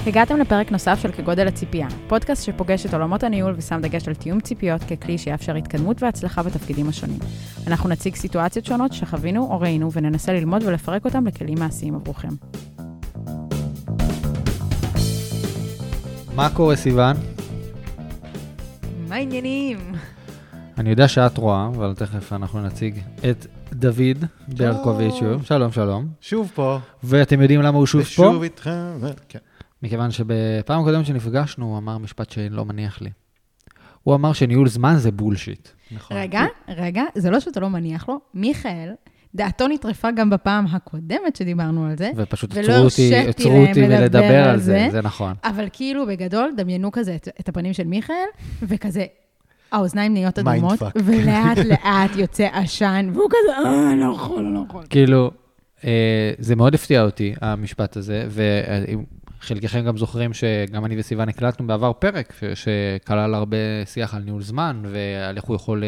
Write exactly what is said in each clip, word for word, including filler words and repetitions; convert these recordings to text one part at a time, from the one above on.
הגעתם לפרק נוסף של כגודל הציפייה, פודקאסט שפוגש את עולמות הניהול ושם דגש על תיאום ציפיות ככלי שיאפשר התקדמות והצלחה בתפקידים השונים. אנחנו נציג סיטואציות שונות שחווינו או ראינו וננסה ללמוד ולפרק אותם לכלים מעשיים עבורכם. מה קורה, סיוון? מה העניינים? אני יודע שאת רואה, אבל תכף אנחנו נציג את דוד ברקוביץ'. שלום, שלום. שוב פה. ואתם יודעים למה הוא שוב פה? ושוב איתכם, כן. מכיוון שבפעם הקודמת שנפגשנו, הוא אמר משפט שלא מניח לי. הוא אמר שניהול זמן זה בולשיט. נכון. רגע, רגע, זה לא שאתה לא מניח לו. מיכאל, דעתו נטרפה גם בפעם הקודמת שדיברנו על זה. ופשוט עצרו אותי, עצרו אותי ולדבר על זה, זה נכון. אבל כאילו בגדול, דמיינו כזה את הפנים של מיכאל, וכזה, האוזניים נהיות אדומות, ולאט לאט יוצא עשן, והוא כזה, אה, לא יכול, לא יכול. כאילו, זה מאוד הפתיע אותי, המשפט הזה, וחלקכם גם זוכרים שגם אני וסיוון הקלטנו בעבר פרק, שכלל הרבה שיח על ניהול זמן, ועל איך הוא יכול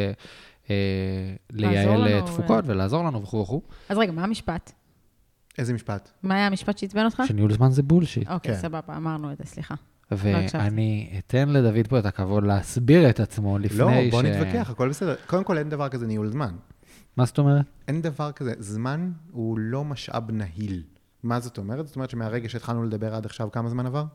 לייעל תפוקות ולעזור לנו וכו' וכו'. אז רגע, מה המשפט? איזה משפט? מה היה המשפט שהצבן אותך? שניהול זמן זה בולשיט. אוקיי, סבבה, אמרנו את זה, סליחה. ואני אתן לדוד פה את הכבוד להסביר את עצמו לפני ש... לא, בוא נתווכח, הכל בסדר. קודם כל, אין דבר כזה ניהול זמן. מה זאת אומרת? אין דבר כזה. זמן הוא לא משאב נהיל. מה זאת אומרת? זאת אומרת שמהרגע שהתחלנו לדבר עד עכשיו, כמה זמן עבר?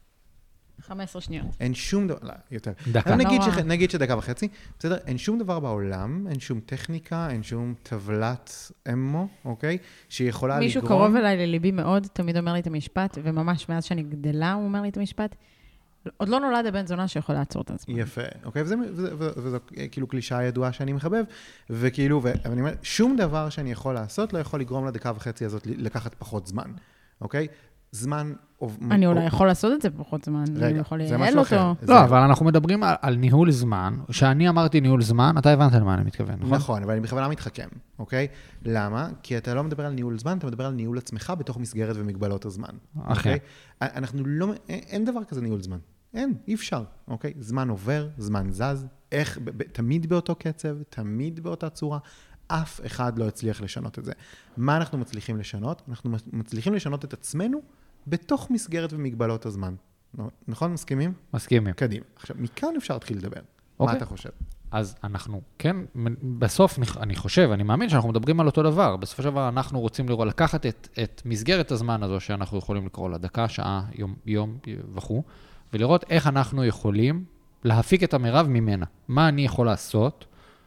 חמש עשרה שניות. אין שום דבר, לא, יותר. דקה. נגיד, ש... נגיד שדקה וחצי, בסדר? אין שום דבר בעולם, אין שום טכניקה, אין שום טבלת אמו, אוקיי? שיכולה לגרום... מישהו קרוב אליי לליבי מאוד, תמיד אומר לי את המשפט, וממש מאז שאני גדלה, הוא אומר לי את המשפט, עוד לא נולד הבן זונה שיכול לעצור את עצמו. יפה, אוקיי? וזה, וזה, וזה, וזו כאילו קלישה ידועה שאני מחבב, וכאילו, ואני אומר, שום דבר שאני יכול לעשות לא יכול לגרום לדקה וחצי הזאת לקחת פחות זמן, אוקיי? זמן... אני אולי יכול לעשות את זה בפחות זמן, אני יכול לייעל אותו. לא, אבל אנחנו מדברים על ניהול זמן, שאני אמרתי ניהול זמן, אתה הבנת למה אני מתכוון, נכון? נכון, אבל אני בכוונה מתחכם, אוקיי? למה? כי אתה לא מדבר על ניהול זמן, אתה מדבר על ניהול עצמך בתוך מסגרת ומגבלות הזמן. אוקיי? אנחנו לא... אין דבר כזה ניהול זמן. אין, אי אפשר, אוקיי? זמן עובר, זמן זז, איך, תמיד באותו קצב, תמיד באותה צורה, אף אחד לא הצליח לשנות את זה. מה אנחנו מצליחים לשנות? אנחנו מצליחים לשנות את עצמנו בתוך מסגרת ומגבלות הזמן. נכון? מסכימים? מסכימים. קדימה. עכשיו, מכאן אפשר להתחיל לדבר. אוקיי. מה אתה חושב? אז אנחנו, כן, בסוף אני חושב, אני מאמין שאנחנו מדברים על אותו דבר. בסופו של דבר אנחנו רוצים לראות, לקחת את, את מסגרת הזמן הזו שאנחנו יכולים לקרוא לה דקה, שעה, יום, יום וכו', ולראות איך אנחנו יכולים להפיק את המרב ממנה. מה אני יכול לעשות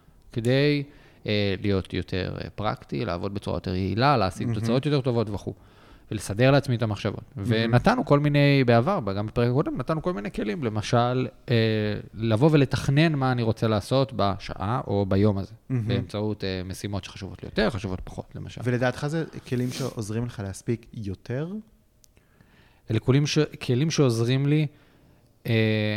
כדי אה, להיות יותר אה, פרקטי, לעבוד בצורה יותר יעילה, להשיג mm-hmm. תוצאות יותר טובות וכו'. ולסדר לעצמי את המחשבות. Mm-hmm. ונתנו כל מיני, בעבר, גם בפרק הקודם, נתנו כל מיני כלים, למשל, אה, לבוא ולתכנן מה אני רוצה לעשות בשעה או ביום הזה, mm-hmm. באמצעות אה, משימות שחשובות לי יותר, חשובות פחות, למשל. ולדעתך זה כלים שעוזרים לך להספיק יותר? אלה כלים, ש... כלים שעוזרים לי אה,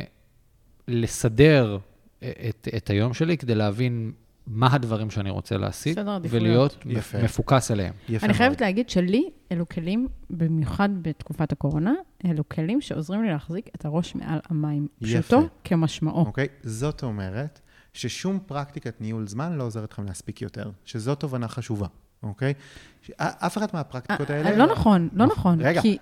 לסדר את, את היום שלי, כדי להבין מה הדברים שאני רוצה להשיג, ולהיות יפה. מפוקס עליהם. אני חייבת להגיד שלי, אלו כלים, במיוחד בתקופת הקורונה, אלו כלים שעוזרים לי להחזיק את הראש מעל המים. פשוטו כמשמעו. אוקיי, זאת אומרת ששום פרקטיקת ניהול זמן לא עוזרת לכם להספיק יותר, שזו תובנה חשובה. אוקיי? אף אחד מהפרקטיקות האלה... לא נכון, לא נכון. רגע. כי...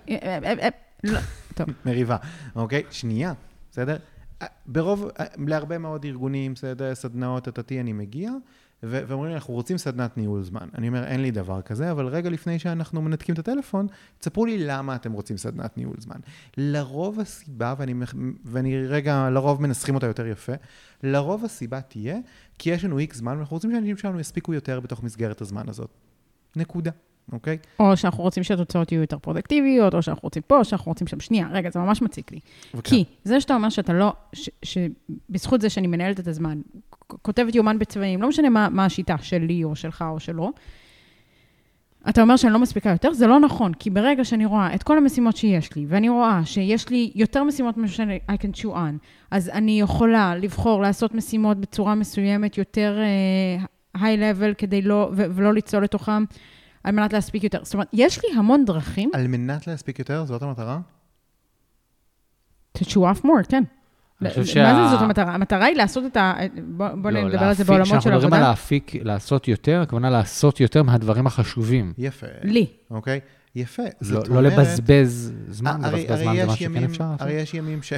טוב. מריבה. אוקיי? שנייה. בסדר? ברוב, להרבה מאוד ארגונים, בסדר, סדנאות, תתי, אני מגיע, ואומרים לי, אנחנו רוצים סדנת ניהול זמן. אני אומר, אין לי דבר כזה, אבל רגע לפני שאנחנו מנתקים את הטלפון, תספרו לי למה אתם רוצים סדנת ניהול זמן. לרוב הסיבה, ואני, ואני רגע, לרוב מנסחים אותה יותר יפה, לרוב הסיבה תהיה, כי יש לנו איקס זמן, ואנחנו רוצים שהאנשים שלנו יספיקו יותר בתוך מסגרת הזמן הזאת. נקודה. אוקיי? או שאנחנו רוצים שהתוצאות יהיו יותר פרודקטיביות, או שאנחנו רוצים פה, או שאנחנו רוצים שם. שנייה, רגע, זה ממש מציק לי. כי זה שאתה אומר שאתה לא, שבזכות זה שאני מנהלת את הזמן, כותבת יומן בצבעים, לא משנה מה, מה השיטה שלי או שלך או שלו, אתה אומר שאני לא מספיקה יותר, זה לא נכון, כי ברגע שאני רואה את כל המשימות שיש לי, ואני רואה שיש לי יותר משימות ממה שאני I can chew on, אז אני יכולה לבחור לעשות משימות בצורה מסוימת, יותר uh, high level, כדי לא, ו- ולא ליצול לתוכם, על מנת להספיק יותר. זאת אומרת, יש לי המון דרכים. על מנת להספיק יותר? זאת המטרה? To show off more, כן. מה זה זאת המטרה? המטרה היא לעשות את ה... בוא נדבר על זה בעולמות של עבודה. כשאנחנו מדברים על להפיק, לעשות יותר, הכוונה לעשות יותר מהדברים החשובים. יפה. לי. אוקיי? יפה. לא, לא לבזבז זמן, לבזבז זמן זה משהו שכן אפשר. הרי יש ימים ש...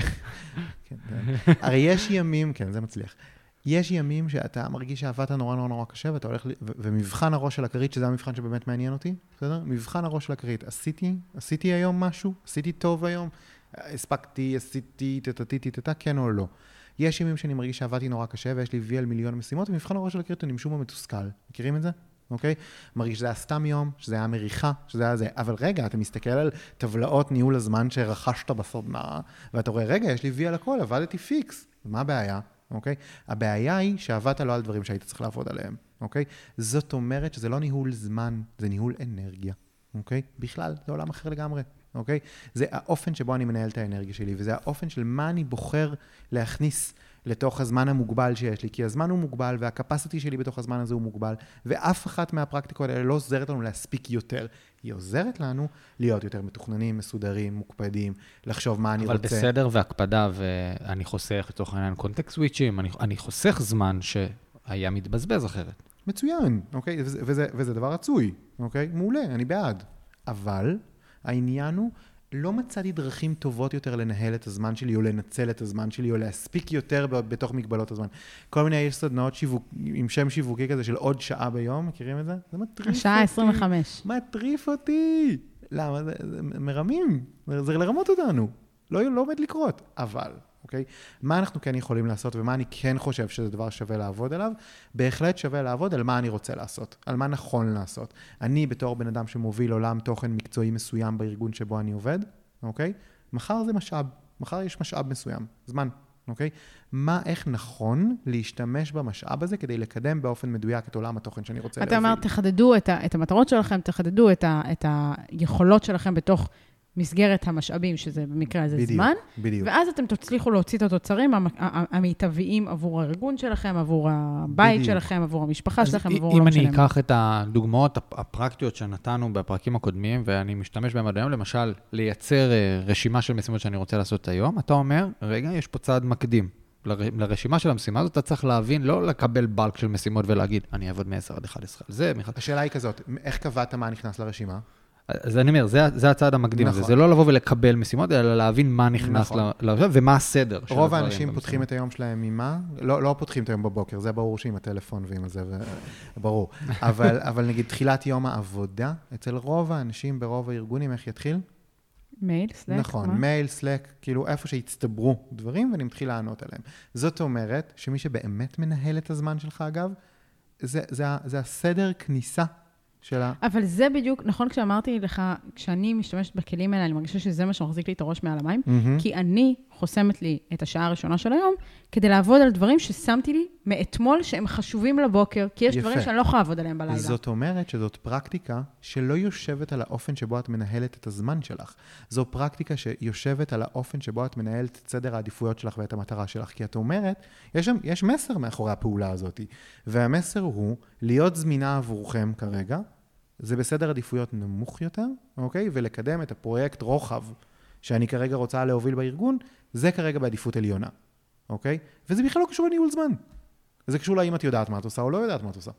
הרי יש ימים, כן, זה מצליח. יש ימים שאתה מרגיש שעבדת נורא נורא נורא קשה, ואתה הולך, ומבחן הראש של הכרית, שזה המבחן שבאמת מעניין אותי, בסדר? מבחן הראש של הכרית, עשיתי, עשיתי היום משהו, עשיתי טוב היום, הספקתי, עשיתי, תתתי, תתתה, כן או לא. יש ימים שאני מרגיש שעבדתי נורא קשה, ויש לי וי על מיליון משימות, ומבחן הראש של הכרית הוא נמשום המתוסכל. מכירים את זה? אוקיי? מרגיש שזה היה סתם יום, שזה היה מריחה, שזה היה זה. אבל רגע, אתה מסתכל על טבלאות ניהול הזמן שרכשת בסדנה, ואתה רואה, רגע, יש לי וי על הכל, עבדתי פיקס. מה הבעיה? אוקיי? הבעיה היא שעבדת לא על דברים שהיית צריך לעבוד עליהם. אוקיי? זאת אומרת שזה לא ניהול זמן, זה ניהול אנרגיה. אוקיי? בכלל, זה עולם אחר לגמרי. אוקיי? זה האופן שבו אני מנהל את האנרגיה שלי, וזה האופן של מה אני בוחר להכניס לתוך הזמן המוגבל שיש לי, כי הזמן הוא מוגבל, והקפסיטי שלי בתוך הזמן הזה הוא מוגבל, ואף אחת מהפרקטיקות האלה לא עוזרת לנו להספיק יותר. היא עוזרת לנו להיות יותר מתוכננים, מסודרים, מוקפדים, לחשוב מה אני אבל רוצה. אבל בסדר והקפדה, ואני חוסך לתוך העניין קונטקסט סוויצ'ים, אני, אני חוסך זמן שהיה מתבזבז אחרת. מצוין, אוקיי? וזה, וזה, וזה דבר רצוי, אוקיי? מעולה, אני בעד. אבל העניין הוא, לא מצאתי דרכים טובות יותר לנהל את הזמן שלי, או לנצל את הזמן שלי, או להספיק יותר בתוך מגבלות הזמן. כל מיני יש סדנאות שיווק, עם שם שיווקי כזה של עוד שעה ביום, מכירים את זה? זה מטריף אותי. השעה עשרים וחמש. מטריף אותי. למה? זה, זה מרמים. זה, זה לרמות אותנו. לא, לא עומד לקרות. אבל, אוקיי? מה אנחנו כן יכולים לעשות, ומה אני כן חושב שזה דבר שווה לעבוד עליו? בהחלט שווה לעבוד על מה אני רוצה לעשות, על מה נכון לעשות. אני בתור בן אדם שמוביל עולם תוכן מקצועי מסוים בארגון שבו אני עובד, אוקיי? מחר זה משאב, מחר יש משאב מסוים, זמן, אוקיי? מה, איך נכון להשתמש במשאב הזה כדי לקדם באופן מדויק את עולם התוכן שאני רוצה להוביל? אתה אומר, תחדדו את, ה, את המטרות שלכם, תחדדו את, ה, את היכולות שלכם בתוך מסגרת המשאבים, שזה במקרה הזה בדיוק, זמן, בדיוק. ואז אתם תצליחו להוציא את התוצרים המיטביים עבור הארגון שלכם, עבור הבית בדיוק. שלכם, עבור המשפחה שלכם, עבור אם לא אני משנה. אקח את הדוגמאות הפרקטיות שנתנו בפרקים הקודמים, ואני משתמש בהם עד היום, למשל, לייצר רשימה של משימות שאני רוצה לעשות היום, אתה אומר, רגע, יש פה צעד מקדים. ל- לרשימה של המשימה הזאת, אתה צריך להבין, לא לקבל בלק של משימות ולהגיד, אני אעבוד מ-עשר עד אחת עשרה. זה, השאלה היא כזאת, איך קבעת מה נכנס לרשימה? אז אני אומר, זה, זה הצעד המקדים נכון. הזה. זה לא לבוא ולקבל משימות, אלא להבין מה נכנס נכון. לרשימה, ומה הסדר. רוב האנשים פותחים את היום שלהם ממה? לא, לא פותחים את היום בבוקר, זה ברור שעם הטלפון ועם הזה, ברור. אבל, אבל נגיד, תחילת יום העבודה, אצל רוב האנשים ברוב הארגונים, איך יתחיל? מייל, סלק, נכון, מה? מייל, סלק, כאילו איפה שהצטברו דברים, ואני מתחיל לענות עליהם. זאת אומרת, שמי שבאמת מנהל את הזמן שלך, אגב, זה, זה, זה הסדר כניסה של ה... אבל זה בדיוק, נכון כשאמרתי לך, כשאני משתמשת בכלים האלה, אני מרגישה שזה מה שמחזיק לי את הראש מעל המים, Mm-hmm. כי אני חוסמת לי את השעה הראשונה של היום, כדי לעבוד על דברים ששמתי לי מאתמול, שהם חשובים לבוקר, כי יש יפה. דברים שאני לא יכולה לעבוד עליהם בלילה. זאת אומרת שזאת פרקטיקה שלא יושבת על האופן שבו את מנהלת את הזמן שלך. זו פרקטיקה שיושבת על האופן שבו את מנהלת את סדר העדיפויות שלך ואת המטרה שלך. כי את אומרת, יש, שם, יש מסר מאחורי הפעולה הזאת, והמסר הוא להיות זמינה עבורכם כרגע, זה בסדר עדיפויות נמוך יותר, אוקיי? ולקדם את הפרויקט רוחב שאני כרגע רוצה להוביל בארגון, זה כרגע בעדיפות עליונה, אוקיי? וזה בכלל לא קשור לניהול זמן. זה קשור להאם את יודעת מה את עושה או לא יודעת מה את עושה.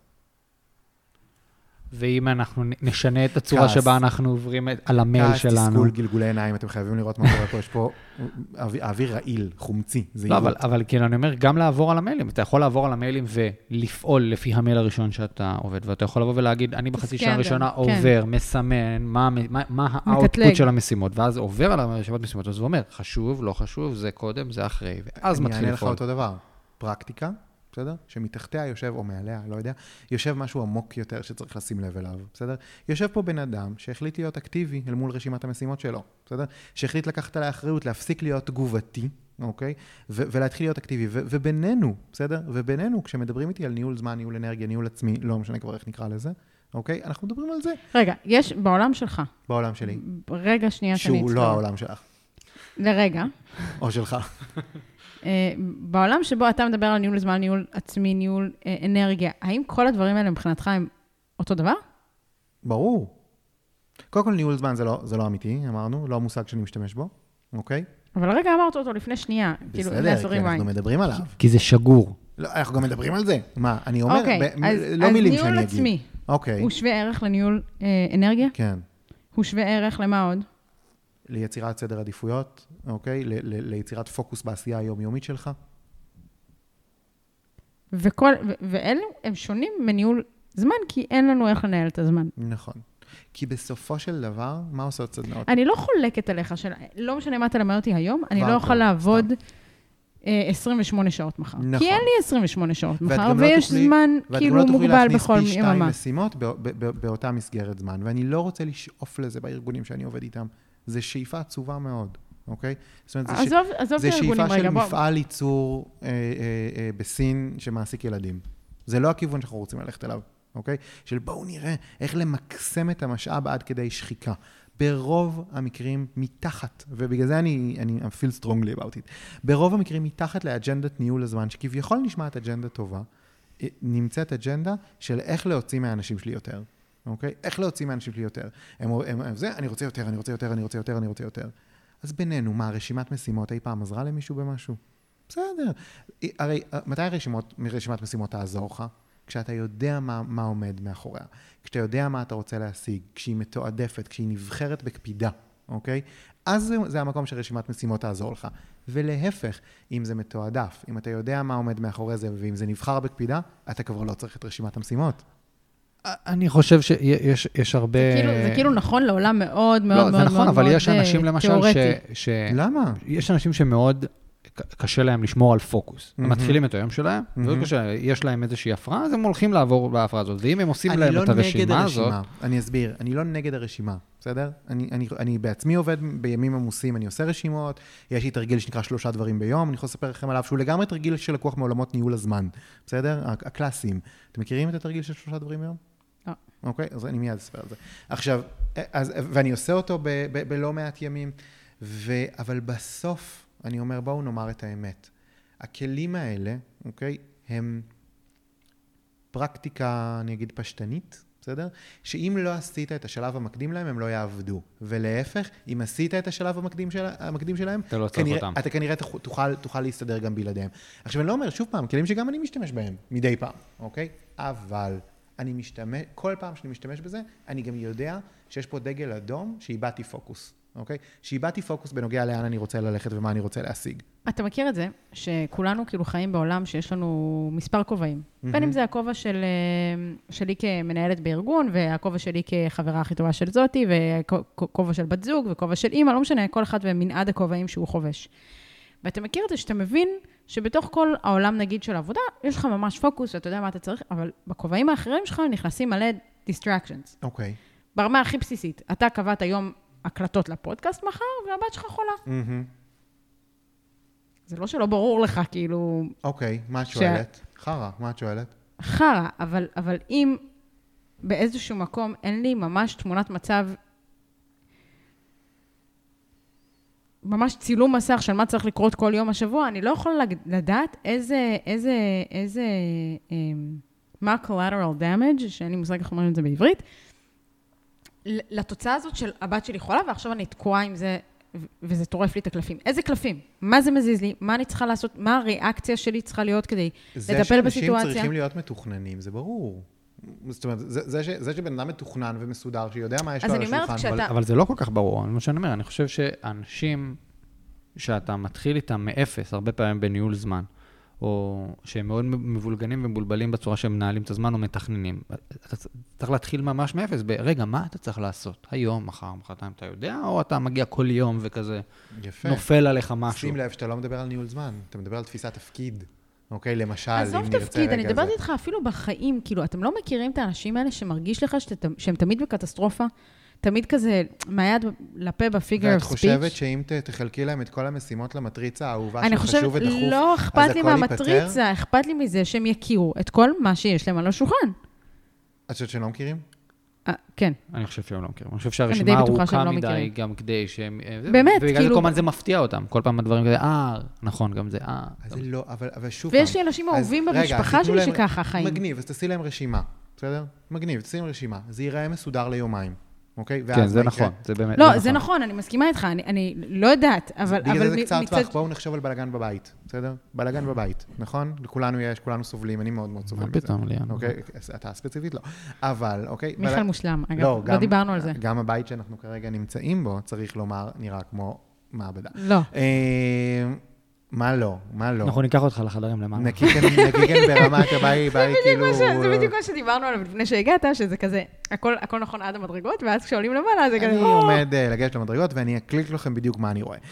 ואם אנחנו נשנה את הצורה כעס. שבה אנחנו עוברים על המייל כעס, שלנו. תסכול, גלגולי עיניים, אתם חייבים לראות מה קורה פה, יש פה אוויר, אוויר רעיל, חומצי, זה לא, אבל, אבל כאילו אני אומר, גם לעבור על המיילים. אתה יכול לעבור על המיילים ולפעול לפי המייל הראשון שאתה עובד, ואתה יכול לבוא ולהגיד, אני בחצי שעה הראשונה עובר, מסמן, מה, מה, מה האוטפוט של המשימות, ואז עובר על הרשימת משימות, אז הוא אומר, חשוב, לא חשוב, זה קודם, זה אחרי, ואז מתחיל לפעול. אני אענה לך אותו דבר, פרקטיקה, בסדר? שמתחתיה יושב, או מעליה, לא יודע, יושב משהו עמוק יותר שצריך לשים לב אליו, בסדר? יושב פה בן אדם שהחליט להיות אקטיבי אל מול רשימת המשימות שלו, בסדר? שהחליט לקחת עליה אחריות, להפסיק להיות תגובתי, אוקיי? ו- ולהתחיל להיות אקטיבי. ו- ובינינו, בסדר? ובינינו, כשמדברים איתי על ניהול זמן, ניהול אנרגיה, ניהול עצמי, לא משנה כבר איך נקרא לזה, אוקיי? אנחנו מדברים על זה. רגע, יש בעולם שלך. בעולם שלי. רגע, שנייה שאני שהוא לא העולם שלך. לרגע. או שלך. Uh, בעולם שבו אתה מדבר על ניהול זמן, ניהול עצמי, ניהול uh, אנרגיה, האם כל הדברים האלה מבחינתך הם אותו דבר? ברור. קודם כל ניהול זמן זה לא, זה לא אמיתי, אמרנו, לא המושג שאני משתמש בו, אוקיי? אבל רגע אמרת אותו לפני שנייה. בסדר, כי אנחנו מדברים עליו. כי זה שגור. לא, אנחנו גם מדברים על זה. מה, אני אומר, אוקיי, ב- אז, לא אז מילים ניהול שאני אגיד. עצמי, אוקיי. הוא שווה ערך לניהול uh, אנרגיה? כן. הוא שווה ערך למה עוד? ליצירת סדר עדיפויות, אוקיי? ל- ל- ליצירת פוקוס בעשייה היומיומית שלך. וכל, ו- ואלו הם שונים מניהול זמן, כי אין לנו איך לנהל את הזמן. נכון. כי בסופו של דבר, מה עושות סדנאות? אני לא חולקת עליך, של, לא משנה מה אתה למד אותי היום, אני לא טוב, אוכל לעבוד סתם. אה, עשרים ושמונה שעות מחר. נכון. כי אין לי עשרים ושמונה שעות ואת מחר, גם לא ויש תוכלי- זמן ואת כאילו גם לא תוכלי מוגבל להכניס בכל פי שתיים יממה. משימות בא- ב- ב- באותה מסגרת זמן, ואני לא רוצה לשאוף לזה בארגונים שאני עובד איתם. זה שאיפה עצובה מאוד, אוקיי? זאת אומרת, זה ש- עזוב, עזוב זה את הארגונים שאיפה של רגע, בוא. מפעל ייצור אה, אה, אה, בסין שמעסיק ילדים. זה לא הכיוון שאנחנו רוצים ללכת אליו, אוקיי? של בואו נראה איך למקסם את המשאב עד כדי שחיקה. ברוב המקרים מתחת, ובגלל זה אני, אני I feel strongly about it, ברוב המקרים מתחת לאג'נדת ניהול הזמן, שכביכול נשמעת אג'נדה טובה, נמצאת אג'נדה של איך להוציא מהאנשים שלי יותר, אוקיי? איך להוציא מהאנשים שלי יותר. הם, הם, הם, זה, אני רוצה יותר, אני רוצה יותר, אני רוצה יותר, אני רוצה יותר. אז בינינו, מה, רשימת משימות אי פעם עזרה למישהו במשהו? בסדר. הרי, מתי רשימות, רשימת משימות תעזור לך? כשאתה יודע מה, מה עומד מאחוריה, כשאתה יודע מה אתה רוצה להשיג, כשהיא מתועדפת, כשהיא נבחרת בקפידה, אוקיי? אז זה, זה המקום שרשימת משימות תעזור לך. ולהפך, אם זה מתועדף, אם אתה יודע מה עומד מאחורי זה, ואם זה נבחר בקפידה, אתה כבר לא צריך את רשימת המשימות. אני חושב שיש יש הרבה... זה כאילו, זה כאילו נכון לעולם מאוד מאוד לא, מאוד זה נכון, מאוד אבל מאוד יש אנשים למשל ש... ש... למה? יש אנשים שמאוד קשה להם לשמור על פוקוס. הם מתחילים את היום שלהם, ויש להם איזושהי הפרעה, אז הם הולכים לעבור בהפרעה הזאת. ואם הם עושים להם את הרשימה הזאת... אני אסביר, אני לא נגד הרשימה, בסדר? אני, אני, אני בעצמי עובד בימים עמוסים, אני עושה רשימות, יש לי תרגיל שנקרא שלושה דברים ביום, אני יכול לספר לכם עליו שהוא לגמרי תרגיל שלקוח מעולמות ניהול הזמן, בסדר? הקלאסיים. אתם מכירים את התרגיל של שלושה דברים ביום? לא. אוקיי? אז אני מיד אספר על זה. עכשיו, אז, ואני עושה אותו ב, ב, בלא מעט ימים, ו, אבל בסוף אני אומר, בואו נאמר את האמת. הכלים האלה, אוקיי, הם פרקטיקה, אני אגיד, פשטנית, בסדר? שאם לא עשית את השלב המקדים להם, הם לא יעבדו. ולהפך, אם עשית את השלב המקדים, של, המקדים שלהם, אתה לא צריך כנראה, אותם. אתה כנראה תוכל, תוכל להסתדר גם בלעדיהם. עכשיו, אני לא אומר, שוב פעם, כלים שגם אני משתמש בהם, מדי פעם, אוקיי? אבל אני משתמש, כל פעם שאני משתמש בזה, אני גם יודע שיש פה דגל אדום שאיבדתי פוקוס. אוקיי? שאיבדתי פוקוס בנוגע לאן אני רוצה ללכת ומה אני רוצה להשיג. אתה מכיר את זה, שכולנו כאילו חיים בעולם שיש לנו מספר כובעים. בין אם זה הכובע של, שלי כמנהלת בארגון, והכובע שלי כחברה הכי טובה של זאתי, וכובע של בת זוג, וכובע של אמא, לא משנה, כל אחד ומנעד הכובעים שהוא חובש. ואתה מכיר את זה שאתה מבין שבתוך כל העולם נגיד של עבודה, יש לך ממש פוקוס, ואתה יודע מה אתה צריך, אבל בכובעים האחרים שלך נכנסים מלא distractions. אוקיי. ברמה הכי בסיסית, אתה קבעת היום הקלטות לפודקאסט מחר, והבת שלך חולה. זה לא שלא ברור לך, כאילו... אוקיי, מה את שואלת? חרה, מה את שואלת? חרה, אבל, אבל אם באיזשהו מקום אין לי ממש תמונת מצב, ממש צילום מסך של מה צריך לקרות כל יום השבוע, אני לא יכולה לדעת איזה, איזה, איזה, מה collateral damage, שאין לי מושג איך אומרים את זה בעברית, לתוצאה הזאת של הבת שלי חולה, ועכשיו אני תקועה עם זה, וזה טורף לי את הקלפים. איזה קלפים? מה זה מזיז לי? מה אני צריכה לעשות? מה הריאקציה שלי צריכה להיות כדי לטפל בסיטואציה? זה שאנשים צריכים להיות מתוכננים, זה ברור. זאת אומרת, זה, זה, ש, זה שבן אדם מתוכנן ומסודר, שיודע מה יש לו על השולחן. כשאתה... אבל, אבל זה לא כל כך ברור, אני מה שאני אומר, אני חושב שאנשים שאתה מתחיל איתם מאפס, הרבה פעמים בניהול זמן, או שהם מאוד מבולגנים ומבולבלים בצורה שהם מנהלים את הזמן או מתכננים. אתה צריך להתחיל ממש מאפס. רגע, מה אתה צריך לעשות? היום, מחר, מחרתיים, אתה יודע? או אתה מגיע כל יום וכזה יפה. נופל עליך משהו? שים לב שאתה לא מדבר על ניהול זמן, אתה מדבר על תפיסת תפקיד. אוקיי, למשל, אם עזוב נרצה תפקיד, אני רגע מדברת זה. איתך אפילו בחיים, כאילו, אתם לא מכירים את האנשים האלה שמרגיש לך שאת, שהם תמיד בקטסטרופה? תמיד כזה, מהיד לפה בפיגר ואת of חושבת speech? שאם ת- תחלקי להם את כל המשימות למטריצה האהובה אני של חשוב חושבת, ודחוף, לא אז אכפת לי הכל מהמטריצה, ייפתר? אכפת לי מזה שהם יכירו את כל מה שיש להם על השולחן. את חושבת שהם לא מכירים? אה, כן. אני חושב שהם לא מכירים. אני חושב די שהרשימה בטוחה ארוכה שהם לא מדי, מכירים. גם כדי שהם... באמת, ובגלל זה כאילו- כל הזמן זה מפתיע אותם. כל פעם הדברים כזה, אה, נכון, גם זה, אה. אז זה לא, אבל, אבל שוב ויש פעם. לי אנשים אז אהובים רגע, במשפחה אז תיתנו שלי להם- שככה חיים. מגניב, אז תעשי להם רשימה, בסדר? מגניב, תעשי להם רשימה. זה ייראה מסודר ליומיים, אוקיי? כן, זה נכון, זה באמת לא, זה נכון, אני מסכימה איתך, אני לא יודעת, אבל... בגלל זה קצר טווח, בואו נחשוב על בלגן בבית, בסדר? בלגן בבית, נכון? לכולנו יש, כולנו סובלים, אני מאוד מאוד סובל בזה. מה פתאום, ליאן? אוקיי, אתה ספציפית לא. אבל, אוקיי? מיכל מושלם, אגב, לא דיברנו על זה. גם הבית שאנחנו כרגע נמצאים בו, צריך לומר, נראה כמו מעבדה. לא. מה לא? מה לא? אנחנו ניקח אותך לחדרים למעלה. נקיקן ברמת הבית, בית כאילו... זה בדיוק מה שדיברנו עליו לפני שהגעת, שזה כזה, הכל נכון עד המדרגות, ואז כשעולים למעלה, זה כזה... אני עומד לגשת למדרגות, ואני אקליק לכם בדיוק מה אני רואה.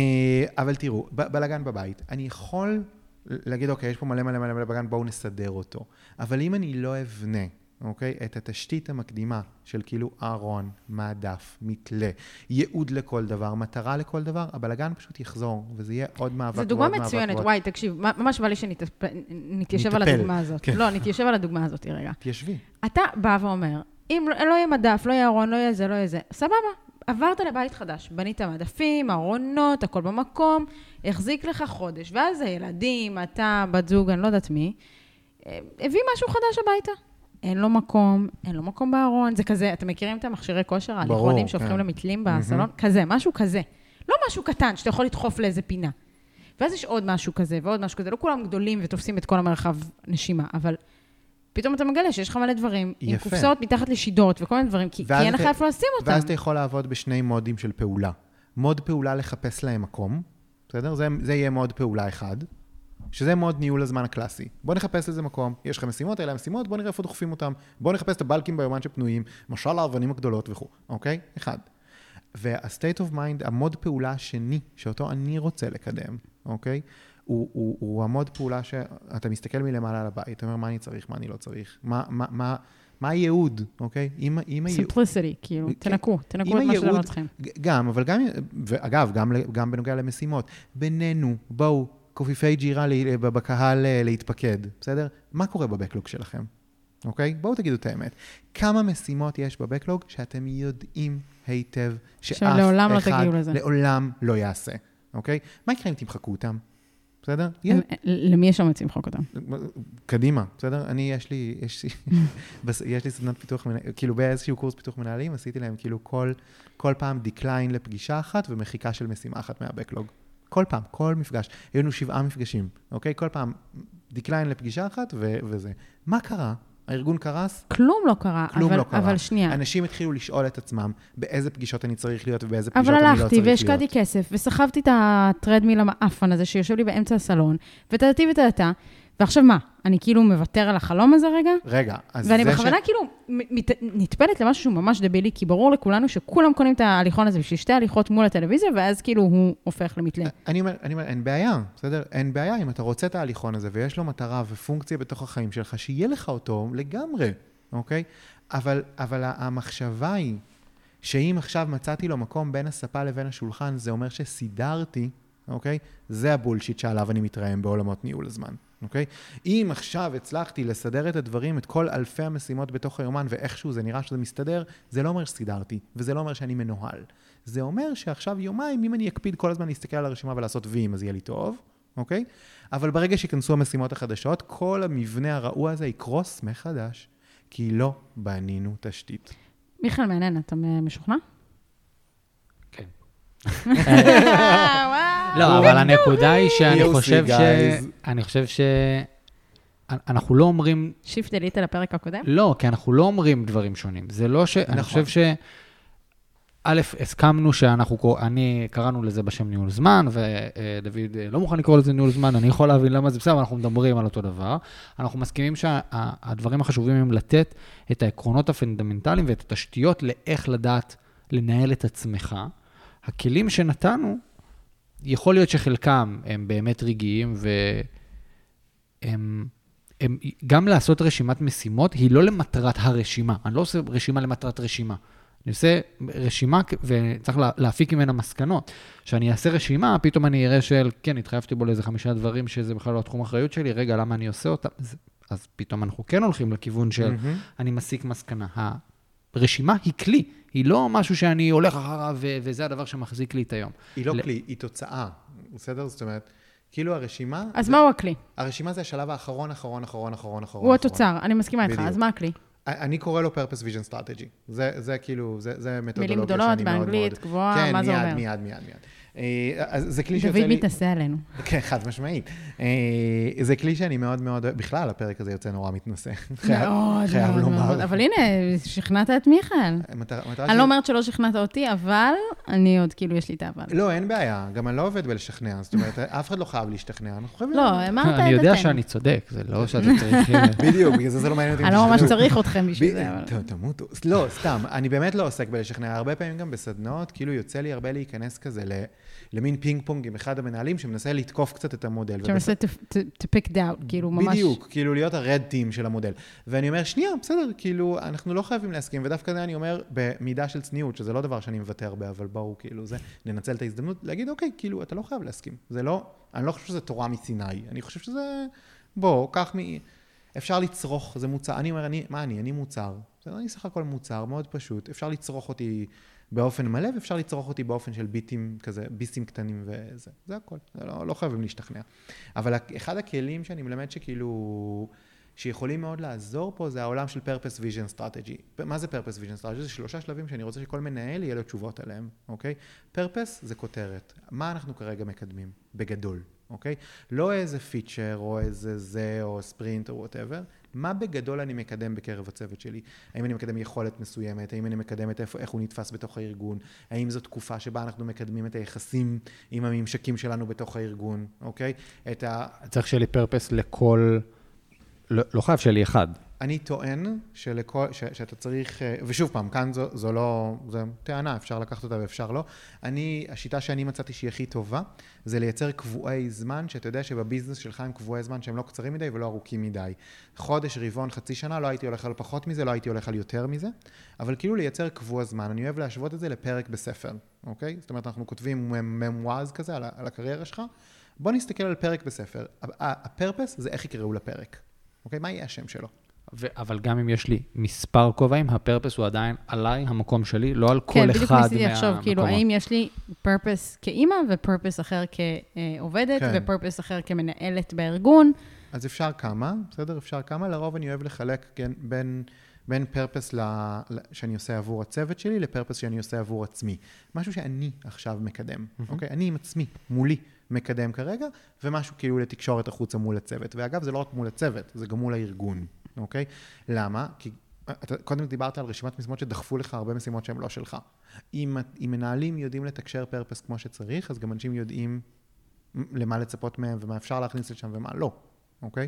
אבל תראו, בלגן בבית, אני יכול להגיד, אוקיי, יש פה מלא מלא מלא בלגן, בואו נסדר אותו. אבל אם אני לא אבנה, אוקיי? את התשתית המקדימה של כאילו ארון, מעדף, מתלה, ייעוד לכל דבר, מטרה לכל דבר, הבלגן פשוט יחזור, וזה יהיה עוד מאבק. זו דוגמה מצוינת, וואי, תקשיב, ממש בא לי שנתיישב על הדוגמה הזאת. לא, נתיישב על הדוגמה הזאת, רגע. תיישבי. אתה בא ואומר, אם לא יהיה מדף, לא יהיה ארון, לא יהיה זה, לא יהיה זה, סבבה, עברת לבית חדש, בנית מדפים, ארונות, הכל במקום, החזיק לך חודש, ואז הילדים, אתה, בת זוג, אני לא יודעת מי, הביא משהו חדש הביתה. אין לו מקום, אין לו מקום בארון, זה כזה, אתם מכירים את המכשירי כושר, ההליכונים שהופכים למתלים בסלון? כזה, משהו כזה. לא משהו קטן שאתה יכול לדחוף לאיזה פינה. ואז יש עוד משהו כזה ועוד משהו כזה, לא כולם גדולים ותופסים את כל המרחב נשימה, אבל פתאום אתה מגלה שיש לך מלא דברים, עם קופסאות מתחת לשידות וכל מיני דברים, כי אין לך איפה לשים אותם. ואז אתה יכול לעבוד בשני מודים של פעולה. מוד פעולה לחפש להם מקום, בסדר? זה יהיה מוד פעולה אחד. שזה מאוד ניהול הזמן הקלאסי. בוא נחפש איזה מקום, יש לך משימות, אלה המשימות, בוא נראה איפה דוחפים אותם, בוא נחפש את הבלקים ביומן שפנויים, משל האבנים הגדולות וכו', אוקיי? אחד. וה-state of mind, המוד פעולה השני, שאותו אני רוצה לקדם, אוקיי? הוא, הוא, הוא המוד פעולה שאתה מסתכל מלמעלה על הבית, אתה אומר מה אני צריך, מה אני לא צריך, מה, מה, מה, מה הייעוד, אוקיי? אם, אם simplicity, כאילו, תנקו, תנקו את מה שאתם לא צריכים. גם, אבל גם, ואגב, גם, גם בנוגע למשימות, בינינו, בואו, קופיפי ג'ירה בקהל להתפקד, בסדר? מה קורה בבקלוג שלכם? אוקיי? בואו תגידו את האמת. כמה משימות יש בבקלוג שאתם יודעים היטב שאף אחד לעולם לא יעשה, אוקיי? מה יקרה אם תמחקו אותם? בסדר? למי יש שם תמחק אותם? קדימה, בסדר? אני, יש לי, יש לי, יש לי סדנת פיתוח, כאילו באיזשהו קורס פיתוח מנהלים, עשיתי להם כאילו כל, כל פעם דקליין לפגישה אחת ומחיקה של משימה אחת מהבקלוג. כל פעם, כל מפגש. היו לנו שבעה מפגשים, אוקיי? כל פעם דקליין לפגישה אחת ו- וזה. מה קרה? הארגון קרס? כלום לא קרה, כלום אבל, לא קרה. אבל שנייה. אנשים התחילו לשאול את עצמם באיזה פגישות אני צריך להיות ובאיזה פגישות אני לא צריך להיות. אבל הלכתי והשקעתי כסף וסחבתי את הטרדמיל המאפן הזה שיושב לי באמצע הסלון, ותדעתי ותדעתה, ועכשיו מה? אני כאילו מוותר על החלום הזה רגע? רגע, אז ואני בכוונה ש... כאילו מת... נטפלת למשהו שהוא ממש דבילי, כי ברור לכולנו שכולם קונים את ההליכון הזה בשביל שתי הליכות מול הטלוויזיה, ואז כאילו הוא הופך למתלה. אני אומר, אני אומר, אין בעיה, בסדר? אין בעיה אם אתה רוצה את ההליכון הזה, ויש לו מטרה ופונקציה בתוך החיים שלך, שיהיה לך אותו לגמרי, אוקיי? אבל, אבל המחשבה היא, שאם עכשיו מצאתי לו מקום בין הספה לבין השולחן, זה אומר שסידרתי, אוקיי? זה הבולשיט שעליו אני מתרעם בעולמות ניהול הזמן. אוקיי? אם עכשיו הצלחתי לסדר את הדברים, את כל אלפי המשימות בתוך היומן, ואיכשהו זה נראה שזה מסתדר, זה לא אומר שסידרתי, וזה לא אומר שאני מנוהל. זה אומר שעכשיו יומיים, אם אני אקפיד כל הזמן להסתכל על הרשימה ולעשות ויים, אז יהיה לי טוב, אוקיי? אבל ברגע שיכנסו המשימות החדשות, כל המבנה הרעוע הזה יקרוס מחדש, כי לא בנינו תשתית. מיכל מעניין, אתה משוכנע? כן. לא, אבל הנקודה היא שאני חושב ש... אני חושב ש... אנחנו לא אומרים... שיפט דלית על הפרק הקודם? לא, כי אנחנו לא אומרים דברים שונים. זה לא ש... אני חושב ש... א', הסכמנו שאנחנו... אני קראנו לזה בשם ניהול זמן, ודוד לא מוכן לקרוא לזה ניהול זמן, אני יכול להבין למה זה בסדר, אנחנו מדברים על אותו דבר. אנחנו מסכימים שהדברים החשובים הם לתת את העקרונות הפונדמנטליים ואת התשתיות לאיך לדעת לנהל את עצמך. הכלים שנתנו, יכול להיות שחלקם הם באמת רגעיים, והם הם, גם לעשות רשימת משימות, היא לא למטרת הרשימה. אני לא עושה רשימה למטרת רשימה. אני עושה רשימה, וצריך להפיק ממנה מסקנות. כשאני אעשה רשימה, פתאום אני אראה של, כן, התחייבתי בו לאיזה חמישה דברים, שזה בכלל לא התחום האחריות שלי, רגע, למה אני עושה אותם? אז, אז פתאום אנחנו כן הולכים לכיוון של, mm-hmm. אני מסיק מסקנה. הרשימה היא כלי. היא לא משהו שאני הולך אחריו, וזה הדבר שמחזיק לי את היום. היא לא כלי, היא תוצאה. בסדר? זאת אומרת, כאילו הרשימה... אז מהו הכלי? הרשימה זה השלב האחרון, אחרון, אחרון, אחרון, אחרון. הוא התוצר, אני מסכימה איתך. אז מה הכלי? אני קורא לו purpose vision strategy. זה, זה כאילו, זה, זה מתודולוגיה מילים גדולות, באנגלית, גבוהה, מה זה אומר? כן, מיד, מיד, מיד, מיד. אז זה כלי שיוצא לי... דוד מתנסה עלינו. כן, חד משמעית. זה כלי שאני מאוד מאוד... בכלל, הפרק הזה יוצא נורא מתנסה. מאוד, חייב לומר. אבל הנה, שכנעת את מיכאל. אני לא אומרת שלא שכנעת אותי, אבל אני עוד כאילו, יש לי את האבל. לא, אין בעיה. גם אני לא עובד בלשכנע. זאת אומרת, אף אחד לא חייב להשתכנע. לא, אמרת את זה. אני יודע שאני צודק, זה לא שאתה צריכים... בדיוק, בגלל זה זה לא מעניין אותי. אני לא ממש צריך אתכם בשביל זה. תמותו. לא, סתם. אני באמת לא עוסק בלשכנע. הרבה פעמים גם בסדנאות, כאילו יוצא לי הרבה להיכנס כזה למין פינג פונג עם אחד המנהלים שמנסה לתקוף קצת את המודל. שמנסה to pick down, כאילו ממש... בדיוק, כאילו להיות הרד טים של המודל. ואני אומר, שנייה, בסדר, כאילו, אנחנו לא חייבים להסכים, ודווקא זה אני אומר במידה של צניעות, שזה לא דבר שאני מוותר הרבה, אבל בואו, כאילו, זה, ננצל את ההזדמנות, להגיד, אוקיי, כאילו, אתה לא חייב להסכים. זה לא, אני לא חושב שזה תורה מסיני, אני חושב שזה, בוא, כך מ... אפשר לצרוך, זה מוצר, אני אומר, אני, מה אני? אני מוצר. בסדר, אני סך הכל מוצר, מאוד פשוט. אפשר לצרוך אותי באופן מלא, ואפשר לצרוך אותי באופן של ביטים כזה, ביסים קטנים וזה. זה הכל. זה לא, לא חייבים להשתכנע. אבל אחד הכלים שאני מלמד שכאילו, שיכולים מאוד לעזור פה, זה העולם של purpose vision strategy. מה זה purpose vision strategy? זה שלושה שלבים שאני רוצה שכל מנהל יהיה לו תשובות עליהם, אוקיי? purpose זה כותרת. מה אנחנו כרגע מקדמים? בגדול, אוקיי? לא איזה פיצ'ר, או איזה זה, או ספרינט, או whatever. מה בגדול אני מקדם בקרב הצוות שלי? האם אני מקדם יכולת מסוימת? האם אני מקדם את איך, איך הוא נתפס בתוך הארגון? האם זו תקופה שבה אנחנו מקדמים את היחסים עם הממשקים שלנו בתוך הארגון? אוקיי? את ה... צריך שיהיה לי פרפס לכל... לא, לא חייב שיהיה לי אחד. אני טוען שלכל, ש, שאתה צריך, ושוב פעם, כאן זו, זו לא, זו טענה, אפשר לקחת אותה ואפשר לא. אני, השיטה שאני מצאתי שהיא הכי טובה, זה לייצר קבועי זמן, שאתה יודע שבביזנס שלך הם קבועי זמן שהם לא קצרים מדי ולא ארוכים מדי. חודש, רבעון, חצי שנה, לא הייתי הולך על פחות מזה, לא הייתי הולך על יותר מזה, אבל כאילו לייצר קבוע זמן. אני אוהב להשוות את זה לפרק בספר, אוקיי? זאת אומרת, אנחנו כותבים ממואז כזה על, על הקריירה שלך. בוא נסתכל על פרק בספר. הפרפס זה איך יקראו לפרק. אוקיי? מה יהיה השם שלו? ו- אבל גם אם יש לי מספר כובעים, הפרפס הוא עדיין עליי, המקום שלי, לא על כל כן, אחד בדיוק ניסיתי לחשוב, כאילו, מהמקומות. האם יש לי פרפס כאימא, ופרפס אחר כעובדת, כן. ופרפס אחר כמנהלת בארגון. אז אפשר כמה, בסדר? אפשר כמה. לרוב אני אוהב לחלק כן, בין, בין פרפס ל, ל, שאני עושה עבור הצוות שלי, לפרפס שאני עושה עבור עצמי. משהו שאני עכשיו מקדם, אוקיי? אני עם עצמי, מולי. מקדם כרגע, ומשהו כאילו לתקשורת החוצה מול הצוות. ואגב, זה לא רק מול הצוות, זה גם מול הארגון, אוקיי? למה? כי אתה קודם דיברת על רשימת משימות שדחפו לך הרבה משימות שהן לא שלך. אם, אם מנהלים יודעים לתקשר פרפס כמו שצריך, אז גם אנשים יודעים למה לצפות מהם, ומה אפשר להכניס לשם ומה לא, אוקיי?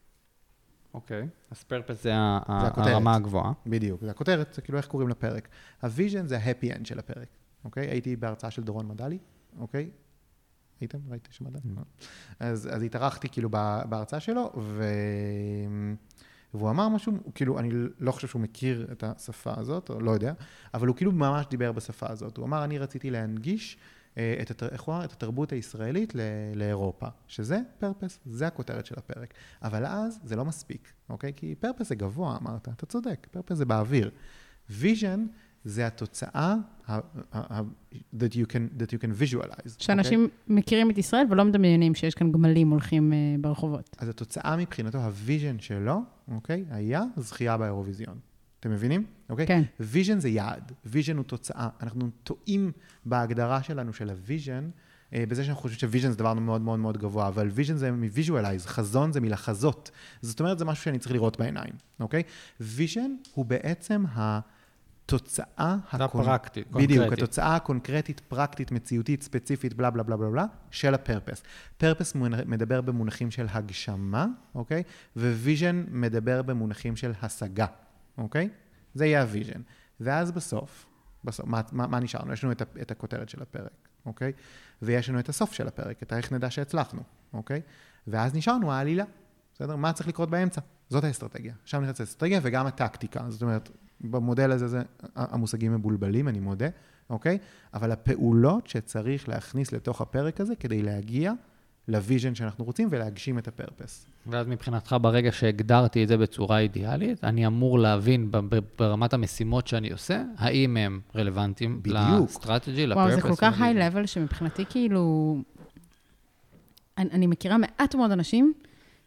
אוקיי. אז פרפס זה, זה הרמה הגבוהה. בדיוק, זה הכותרת, זה כאילו איך קוראים לפרק. הוויז'ן זה ה-happy end של הפרק, אוקיי? הייתי בהרצאה של דורון מדלי, אוקיי? הייתם? ראיתי שמדע? אז, אז התארחתי כאילו בהרצאה שלו, ו... והוא אמר משהו, כאילו, אני לא חושב שהוא מכיר את השפה הזאת, או לא יודע, אבל הוא כאילו ממש דיבר בשפה הזאת. הוא אמר, אני רציתי להנגיש את, הת... את התרבות הישראלית ל... לאירופה, שזה פרפס, זה הכותרת של הפרק. אבל אז זה לא מספיק, אוקיי? כי פרפס זה גבוה, אמרת, אתה צודק, פרפס זה באוויר. ויז'ן זה התוצאה that you can, that you can visualize. שאנשים okay? מכירים את ישראל ולא מדמיינים שיש כאן גמלים הולכים uh, ברחובות. אז התוצאה מבחינתו, הוויז'ן שלו, אוקיי, okay, היה זכייה באירוויזיון. אתם מבינים? אוקיי? Okay? כן. ויז'ן זה יעד, ויז'ן הוא תוצאה. אנחנו טועים בהגדרה שלנו של הוויז'ן, בזה שאנחנו חושבים שוויז'ן זה דבר מאוד מאוד מאוד גבוה, אבל ויז'ן זה מוויז'ואלייז, חזון זה מלחזות. זאת אומרת, זה משהו שאני צריך לראות בעיניים, אוקיי? ויז'ן הוא בעצם ה... תוצאה הפרקטית, בדיוק, התוצאה הקונקרטית, פרקטית, מציאותית, ספציפית, בלה בלה בלה בלה בלה, של הפרפס. פרפס מדבר במונחים של הגשמה, אוקיי? וויז'ן מדבר במונחים של השגה, אוקיי? זה יהיה הוויז'ן. ואז בסוף, בסוף, מה, מה, מה נשארנו? יש לנו את, את הכותרת של הפרק, אוקיי? ויש לנו את הסוף של הפרק, את איך נדע שהצלחנו, אוקיי? ואז נשארנו העלילה, בסדר? מה צריך לקרות באמצע? זאת האסטרטגיה. שם נכנסת האסטרטגיה וגם הטקטיקה. זאת אומרת, במודל הזה, זה, המושגים מבולבלים, אני מודה, אוקיי? אבל הפעולות שצריך להכניס לתוך הפרק הזה, כדי להגיע לוויז'ן שאנחנו רוצים ולהגשים את הפרפס. ואז מבחינתך, ברגע שהגדרתי את זה בצורה אידיאלית, אני אמור להבין ברמת המשימות שאני עושה, האם הם רלוונטיים לסטרטג'י, לפרפס. וואו, זה כל כך היי לבל שמבחינתי כאילו... אני, אני מכירה מעט מאוד אנשים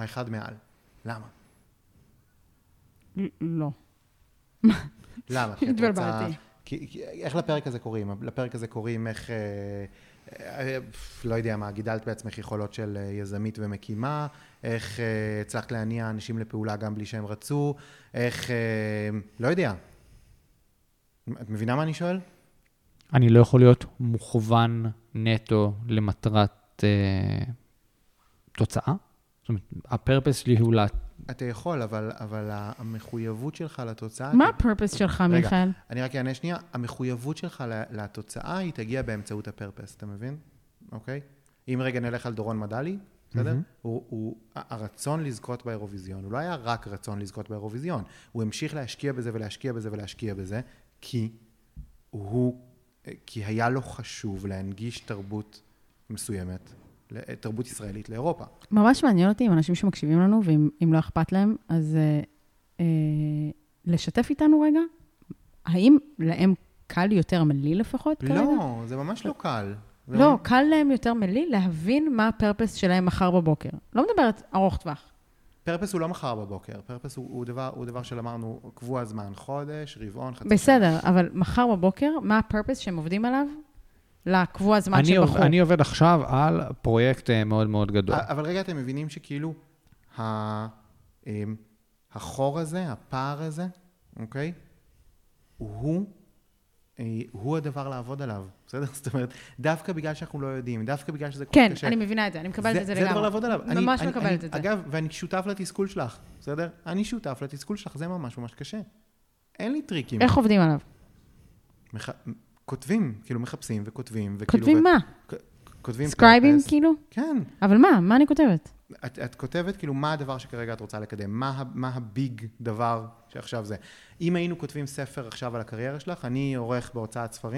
האחד מעל. למה? לא. למה? כי את רוצה... התבלבלתי. כי, כי, איך לפרק הזה קוראים? לפרק הזה קוראים איך, אה, אה, לא יודע מה, גידלת בעצמך יכולות של יזמית ומקימה, איך אה, הצלחת להניע אנשים לפעולה גם בלי שהם רצו, איך, אה, לא יודע. את מבינה מה אני שואל? אני לא יכול להיות מוכוון נטו למטרת אה, תוצאה? זאת אומרת, הפרפס שלי הוא לה... אתה יכול, אבל, אבל המחויבות שלך לתוצאה... מה הפרפס שלך, מיכאל? רגע, אני רק אענה שנייה. המחויבות שלך לתוצאה היא תגיע באמצעות הפרפס, אתה מבין? אוקיי? אם רגע נלך על דורון מדלי, בסדר? Mm-hmm. הוא, הוא, הרצון לזכות באירוויזיון, הוא לא היה רק רצון לזכות באירוויזיון, הוא המשיך להשקיע בזה ולהשקיע בזה ולהשקיע בזה, כי הוא, כי היה לו חשוב להנגיש תרבות מסוימת, תרבות ישראלית לאירופה. ממש מעניין אותי עם אנשים שמקשיבים לנו, ואם לא אכפת להם, אז אה, אה, לשתף איתנו רגע, האם להם קל יותר מלי לפחות כרגע? לא, זה ממש לא קל. לא, קל להם יותר מלי להבין מה הפרפס שלהם מחר בבוקר. לא מדברת ארוך טווח. פרפס הוא לא מחר בבוקר, פרפס הוא, הוא דבר, הוא דבר שלמרנו קבוע זמן, חודש, רבעון, חצי. בסדר, אבל מחר בבוקר, מה הפרפס שהם עובדים עליו? לקבוע זמן של בחור. אני עובד עכשיו על פרויקט מאוד מאוד גדול. אבל רגע, אתם מבינים שכאילו, החור הזה, הפער הזה, אוקיי? הוא, הוא הדבר לעבוד עליו, בסדר? זאת אומרת, דווקא בגלל שאנחנו לא יודעים, דווקא בגלל שזה כל כן, קשה. אני מבינה את זה, אני מקבלת את זה לגמרי. זה דבר לעבוד עליו. ממש אני, מקבלת אני, את זה. אגב, ואני שותף לתסכול שלך, בסדר? אני שותף לתסכול שלך, זה ממש ממש קשה. אין לי טריקים. איך עובדים עליו? מח... כותבים, כאילו מחפשים וכותבים. כותבים ו... מה? כותבים סקרייבים כאילו? כן. אבל מה? מה אני כותבת? את, את כותבת כאילו מה הדבר שכרגע את רוצה לקדם, מה, מה הביג דבר שעכשיו זה. אם היינו כותבים ספר עכשיו על הקריירה שלך, אני עורך בהוצאת ספרים,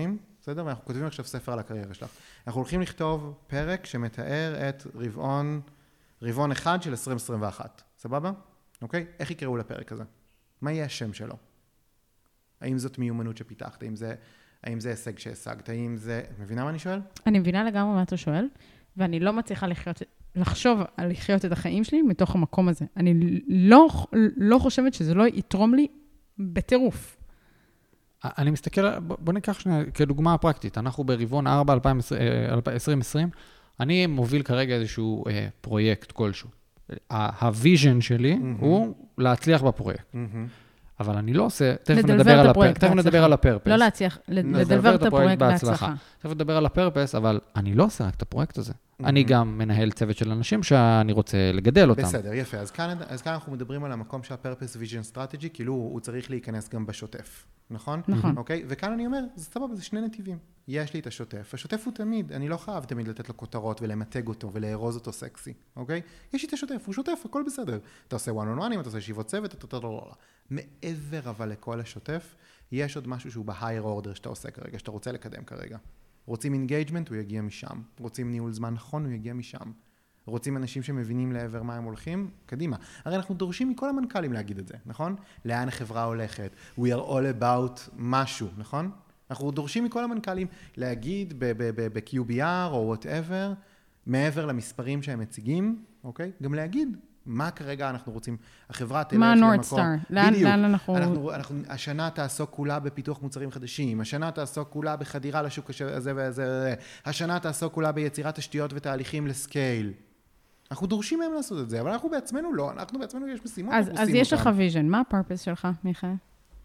בסדר? ואנחנו כותבים עכשיו ספר על הקריירה שלך. אנחנו הולכים לכתוב פרק שמתאר את רבעון, רבעון אחד של עשרים עשרים ואחת. סבבה? אוקיי? איך יקראו לפרק הזה? מה יהיה השם שלו? האם זאת מיומנות שפיתחת? האם זה, האם זה הישג שהשגת? האם זה... את מבינה מה אני שואל? אני מבינה לגמרי מה אתה שואל, ואני לא מצליחה לחיות, לחשוב על לחיות את החיים שלי מתוך המקום הזה. אני לא, לא חושבת שזה לא יתרום לי בטירוף. אני מסתכל, בוא ניקח שנייה, כדוגמה פרקטית, אנחנו ברבעון ארבע עשרים עשרים, אני מוביל כרגע איזשהו אה, פרויקט כלשהו. הוויז'ן שלי mm-hmm. הוא להצליח בפרויקט. Mm-hmm. אבל אני לא עושה, תכף נדבר על הפרפס. תכף נדבר על הפרפס. לא להצליח, לדלבר את הפרויקט בהצלחה. תכף נדבר על הפרפס, אבל אני לא עושה רק את הפרויקט הזה. אני גם מנהל צוות של אנשים שאני רוצה לגדל אותם. בסדר, יפה. אז כאן, אז כאן אנחנו מדברים על המקום של הפרפס ויז'ן סטרטג'י, כאילו הוא צריך להיכנס גם בשוטף. נכון? נכון. אוקיי? וכאן אני אומר, זה סבבה, זה שני נתיבים. יש לי את השוטף. השוטף הוא תמיד, אני לא חייב תמיד לתת לו כותרות ולמתג אותו ולארוז אותו סקסי, אוקיי? יש לי את השוטף, הוא שוטף, הכל בסדר. אתה עושה one on one, אתה עושה ישיבות צוות, אתה לא, לא, לא. מעבר אבל לכל השוטף, יש עוד משהו שהוא ב-higher order שאתה עושה כרגע, שאתה רוצה לקדם כרגע. רוצים engagement, הוא יגיע משם. רוצים ניהול זמן נכון, הוא יגיע משם. רוצים אנשים שמבינים לעבר מה הם הולכים, קדימה. הרי אנחנו דורשים מכל המנכ"לים להגיד את זה, נכון? לאן החברה הולכת? We are all about משהו, נכון? אנחנו דורשים מכל המנכ"לים להגיד ב-קיו בי אר או whatever, מעבר למספרים שהם מציגים, אוקיי? גם להגיד מה כרגע אנחנו רוצים, החברה תלך למקום. מה ה-North Star? לאן, לאן אנחנו... אנחנו, אנחנו... השנה תעסוק כולה בפיתוח מוצרים חדשים, השנה תעסוק כולה בחדירה לשוק הזה וזה, השנה תעסוק כולה ביצירת תשתיות ותהליכים לסקייל. אנחנו דורשים מהם לעשות את זה, אבל אנחנו בעצמנו לא, אנחנו בעצמנו יש משימות, אז, אז יש לך ויז'ן, מה הפרפס שלך, מיכאל?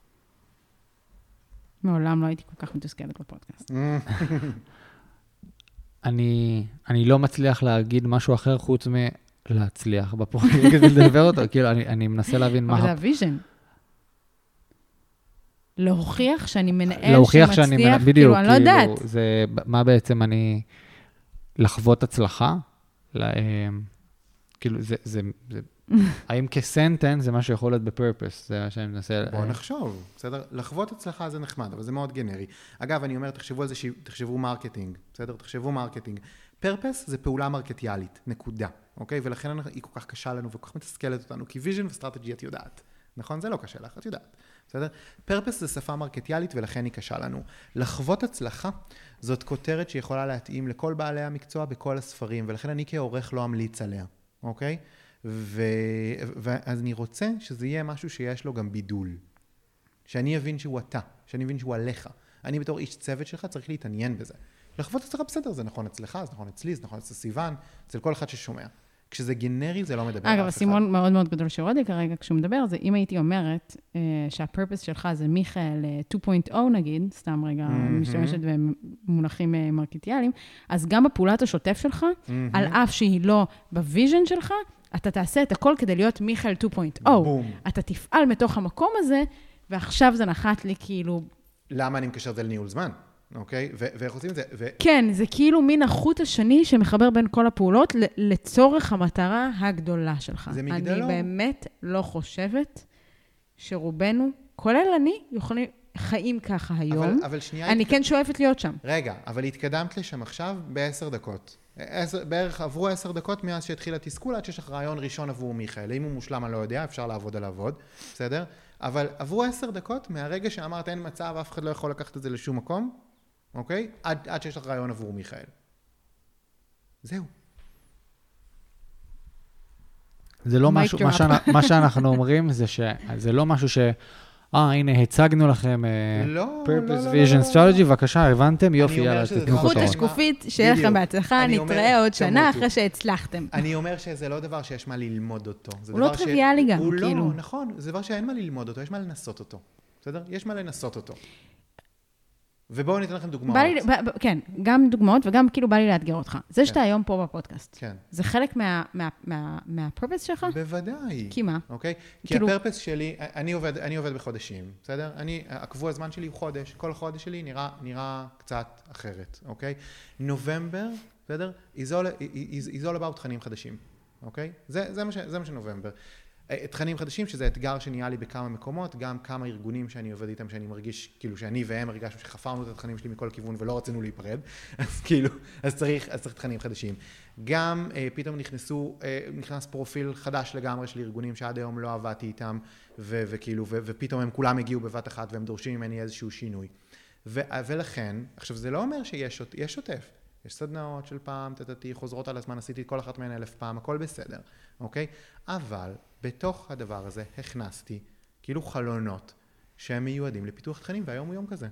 מעולם לא הייתי כל כך מתוסכלת בפודקאסט. אני, אני לא מצליח להגיד משהו אחר חוץ מלהצליח בפרויקט ולדבר אותו, כאילו אני, אני מנסה להבין מה... אבל זה הוויז'ן. להוכיח שאני מנהל להוכיח שמצליח, שאני מנהל, בדיוק, כאילו, אני לא יודעת. זה, מה בעצם אני... לחוות הצלחה? לה, כאילו, זה... זה, זה האם כסנטנס זה מה שיכול להיות בפרפס? זה מה שאני מנסה... בואו נחשוב, בסדר? לחוות הצלחה זה נחמד, אבל זה מאוד גנרי. אגב, אני אומר, תחשבו על זה, תחשבו מרקטינג, בסדר? תחשבו מרקטינג. פרפס זה פעולה מרקטיאלית, נקודה, אוקיי? ולכן היא כל כך קשה לנו וכל כך מתסכלת אותנו, כי ויז'ן וסטרטג'י את יודעת, נכון? זה לא קשה לך, את יודעת, בסדר? פרפס זה שפה מרקטיאלית ולכן היא קשה לנו. לחוות הצלחה זאת כותרת שיכולה להתאים לכל בעלי המקצוע בכל הספרים, ולכן אני כעורך לא אמליץ עליה, אוקיי? ו... ואז אני רוצה שזה יהיה משהו שיש לו גם בידול. שאני אבין שהוא אתה, שאני אבין שהוא עליך. אני בתור איש צוות שלך צריך להתעניין בזה. לחוות אצלך בסדר, זה נכון אצלך, זה נכון אצלי, זה נכון אצל סיוון, אצל כל אחד ששומע. כשזה גנרי זה לא מדבר. אגב, הסימון מאוד מאוד גדול שרודי כרגע, כשהוא מדבר, זה אם הייתי אומרת אה, שהפרפס שלך זה מיכאל שתיים נקודה אפס נגיד, סתם רגע mm-hmm. משתמשת במונחים אה, מרקטיאליים, אז גם בפעולת השוטף שלך, mm-hmm. על אף שהיא לא בוויז'ן שלך, אתה תעשה את הכל כדי להיות מיכאל שתיים נקודה אפס. אתה תפעל מתוך המקום הזה, ועכשיו זה נחת לי כאילו... למה אני מקשר את זה לניהול זמן? אוקיי? ואיך עושים את זה? ו... כן, זה כאילו מין החוט השני שמחבר בין כל הפעולות לצורך המטרה הגדולה שלך. זה מגדלו. אני באמת לא חושבת שרובנו, כולל אני, יכולים... חיים ככה היום. אבל, אבל שנייה... אני התק... כן שואפת להיות שם. רגע, אבל התקדמת לשם עכשיו בעשר דקות. עשר, בערך עברו עשר דקות מאז שהתחיל התסכול, עד שיש לך רעיון ראשון עבור מיכאל. אם הוא מושלם, אני לא יודע, אפשר לעבוד על לעבוד, בסדר? אבל עברו עשר דקות מהרגע שאמרת, אין מצב, אף אחד לא יכול לקחת את זה לשום מקום, אוקיי? עד, עד שיש לך רעיון עבור מיכאל. זהו. זה לא משהו, מה, שאנ... מה שאנחנו אומרים זה שזה לא משהו ש... אה, הנה, הצגנו לכם Purpose Vision Strategy, בבקשה, הבנתם? יופי, יאללה, תתנו חוט השקופית, שיהיה לכם בהצלחה, נתראה עוד שנה אחרי שהצלחתם. אני אומר שזה לא דבר שיש מה ללמוד אותו. הוא לא טריוויאלי גם, כאילו. הוא לא, נכון, זה דבר שאין מה ללמוד אותו, יש מה לנסות אותו. בסדר? יש מה לנסות אותו. ובואו ניתן לכם דוגמאות. לי, ב, ב, כן, גם דוגמאות, וגם כאילו בא לי לאתגר אותך. זה שאתה היום פה בפודקאסט. כן. זה חלק מה, מה, מה, מהפרפס שלך? בוודאי. כי מה? אוקיי? כי כאילו... הפרפס שלי, אני עובד, אני עובד בחודשים, בסדר? אני, הקבוע הזמן שלי הוא חודש, כל חודש שלי נראה, נראה קצת אחרת, אוקיי? נובמבר, בסדר? is all, is all about תכנים חדשים, אוקיי? זה, זה מה ש, זה מה שנובמבר. תכנים חדשים, שזה אתגר שנהיה לי בכמה מקומות, גם כמה ארגונים שאני עובד איתם, שאני מרגיש, כאילו שאני והם הרגשנו שחפרנו את התכנים שלי מכל כיוון ולא רצינו להיפרד, אז כאילו, אז צריך, אז צריך תכנים חדשים. גם אה, פתאום נכנסו, אה, נכנס פרופיל חדש לגמרי של ארגונים שעד היום לא עבדתי איתם, ו- וכאילו, ו- ופתאום הם כולם הגיעו בבת אחת והם דורשים ממני איזשהו שינוי. ו- ולכן, עכשיו זה לא אומר שיש יש שוטף. יש סדנאות של פעם, תתתי, חוזרות על הזמן, עשיתי כל אחת מהן אלף פעם, הכל בסדר, אוקיי? אבל בתוך הדבר הזה הכנסתי כאילו חלונות שהם מיועדים לפיתוח תכנים, והיום הוא יום כזה.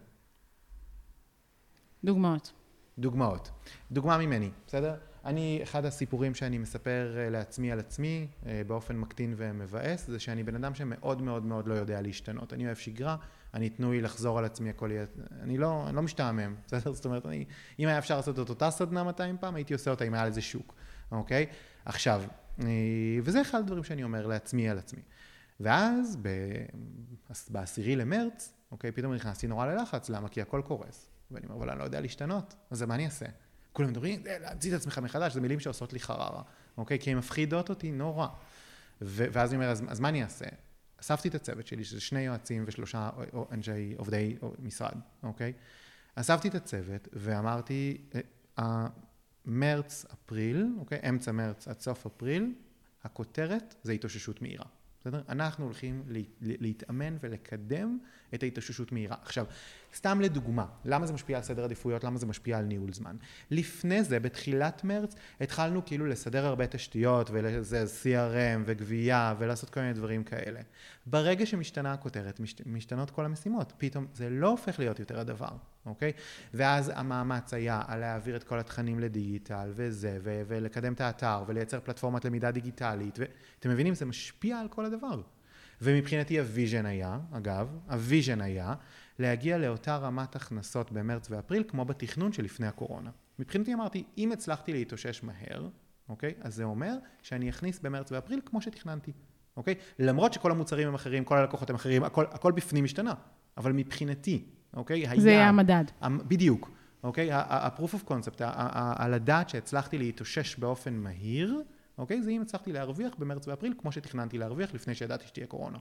דוגמאות. דוגמאות. דוגמה ממני, בסדר? אני, אחד הסיפורים שאני מספר לעצמי על עצמי, באופן מקטין ומבאס, זה שאני בן אדם שמאוד מאוד מאוד לא יודע להשתנות. אני אוהב שגרה, אני תנו לי לחזור על עצמי, הכל יהיה... אני לא, אני לא משתעמם, בסדר? זאת אומרת, אני, אם היה אפשר לעשות את אותה סדנה מאתיים פעם, הייתי עושה אותה אם היה לזה שוק, אוקיי? עכשיו, וזה אחד הדברים שאני אומר לעצמי על עצמי. ואז, בעשירי למרץ, אוקיי, פתאום נכנסתי נורא ללחץ, למה? כי הכל קורס. ואני אומר, אבל אני לא יודע להשתנות, אז מה אני אעשה? כולם מדברים, להמציא את עצמך מחדש, זה מילים שעושות לי חררה, אוקיי? כי הן מפחידות אותי נורא. ו- ואז אני אומר, אז, אז מה אני אעשה? אספתי את הצוות שלי, שזה שני יועצים ושלושה אנשי עובדי משרד, אוקיי? אספתי את הצוות ואמרתי, מרץ, אפריל, אוקיי? אמצע מרץ עד סוף אפריל, הכותרת זה התאוששות מהירה. בסדר? אנחנו הולכים להתאמן ולקדם את ההתאוששות מהירה. עכשיו, סתם לדוגמה, למה זה משפיע על סדר עדיפויות? למה זה משפיע על ניהול זמן? לפני זה, בתחילת מרץ, התחלנו כאילו לסדר הרבה תשתיות, ולזה סי אר אם וגבייה, ולעשות כל מיני דברים כאלה. ברגע שמשתנה הכותרת, משתנות כל המשימות, פתאום זה לא הופך להיות יותר הדבר, אוקיי? ואז המאמץ היה על להעביר את כל התכנים לדיגיטל, וזה, ו- ולקדם את האתר, ולייצר פלטפורמת למידה דיגיטלית, ואתם מבינים, זה משפיע על כל הדבר. ומבחינתי הוויז'ן היה, אגב, הוויז'ן היה להגיע לאותה רמת הכנסות במרץ ואפריל, כמו בתכנון שלפני הקורונה. מבחינתי אמרתי, אם הצלחתי להתאושש מהר, אוקיי? אז זה אומר שאני אכניס במרץ ואפריל כמו שתכננתי, אוקיי? למרות שכל המוצרים הם אחרים, כל הלקוחות הם אחרים, הכל, הכל בפנים משתנה. אבל מבחינתי, אוקיי? זה היה המדד. בדיוק, אוקיי? ה-proof of concept, על הדעת שהצלחתי להתאושש באופן מהיר, אוקיי? זה אם הצלחתי להרוויח במרץ ואפריל, כמו שתכננתי להרוויח לפני שידעתי שתהיה קורונה.